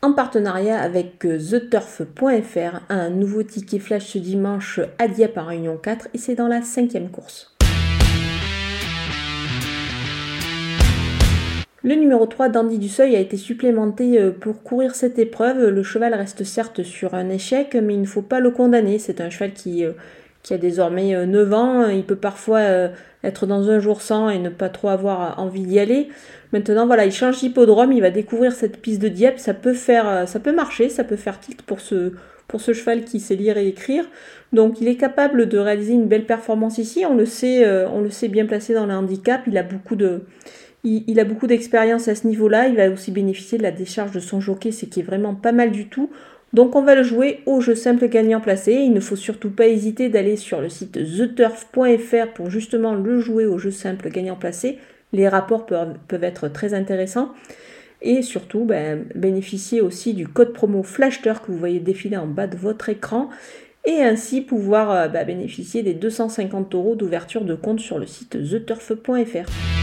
en partenariat avec TheTurf.fr, un nouveau ticket flash ce dimanche à Dieppe en Réunion 4 et c'est dans la 5e course. Le numéro 3, Dandy du Seuil, a été supplémenté pour courir cette épreuve. Le cheval reste certes sur un échec, mais il ne faut pas le condamner. C'est un cheval qui a désormais 9 ans. Il peut parfois être dans un jour sans et ne pas trop avoir envie d'y aller. Maintenant, voilà, il change d'hippodrome, il va découvrir cette piste de Dieppe. Ça peut marcher, ça peut faire tilt pour ce cheval qui sait lire et écrire. Donc, il est capable de réaliser une belle performance ici. On le sait bien placé dans le handicap. Il a beaucoup d'expérience à ce niveau-là. Il va aussi bénéficier de la décharge de son jockey, ce qui est vraiment pas mal du tout. Donc on va le jouer au jeu simple gagnant placé. Il ne faut surtout pas hésiter d'aller sur le site theturf.fr pour justement le jouer au jeu simple gagnant placé. Les rapports peuvent être très intéressants. Et surtout, bénéficier aussi du code promo FLASHTER que vous voyez défiler en bas de votre écran. Et ainsi pouvoir bénéficier des 250 € d'ouverture de compte sur le site theturf.fr.